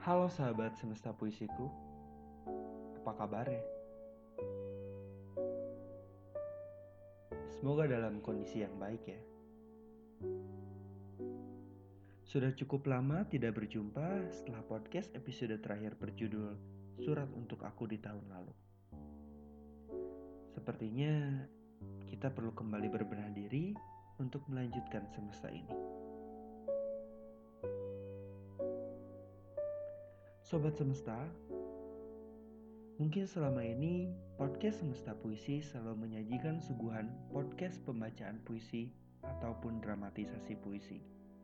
Halo sahabat semesta puisiku, apa kabarnya? Semoga dalam kondisi yang baik ya. Sudah cukup lama tidak berjumpa setelah podcast episode terakhir berjudul Surat Untuk Aku di tahun lalu. Sepertinya kita perlu kembali berbenah diri untuk melanjutkan semesta ini. Sobat semesta, mungkin selama ini podcast Semesta Puisi selalu menyajikan suguhan podcast pembacaan puisi ataupun dramatisasi puisi.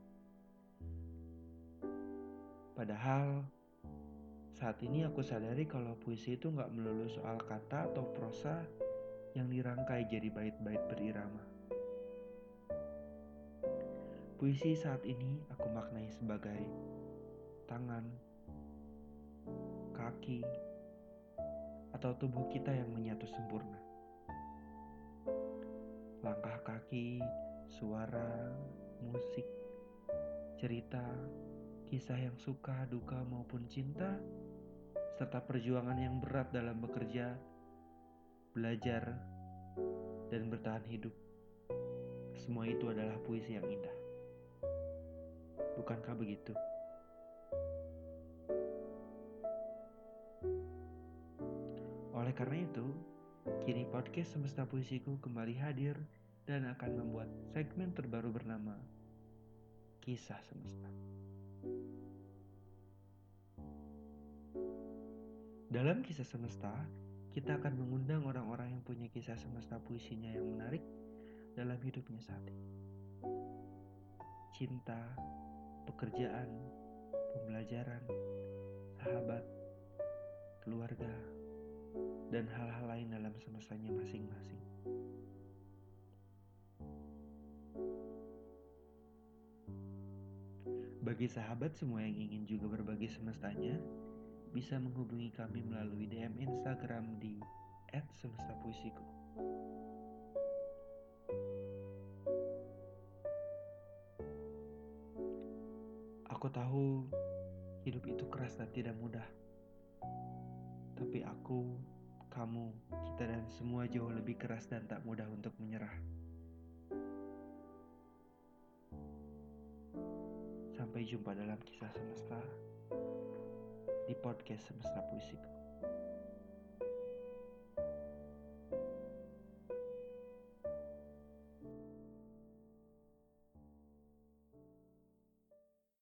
Padahal saat ini aku sadari kalau puisi itu gak melulu soal kata atau prosa yang dirangkai jadi bait-bait berirama. Puisi saat ini aku maknai sebagai tangan, kaki, atau tubuh kita yang menyatu sempurna. Langkah kaki, suara, musik, cerita, kisah yang suka, duka maupun cinta, serta perjuangan yang berat dalam bekerja, belajar, dan bertahan hidup. Semua itu adalah puisi yang indah. Bukankah begitu? Oleh karena itu, kini podcast Semesta Puisiku kembali hadir dan akan membuat segmen terbaru bernama Kisah Semesta. Dalam Kisah Semesta, kita akan mengundang orang-orang yang punya kisah semesta puisinya yang menarik dalam hidupnya saat ini. Cinta, pekerjaan, pembelajaran, sahabat, keluarga, dan hal-hal lain dalam semestanya masing-masing. Bagi sahabat semua yang ingin juga berbagi semestanya, bisa menghubungi kami melalui DM Instagram di @semestapuisiku. Aku tahu hidup itu keras dan tidak mudah. Tapi aku, kamu, kita dan semua jauh lebih keras dan tak mudah untuk menyerah. Sampai jumpa dalam kisah semesta di podcast Semesta Puisiku.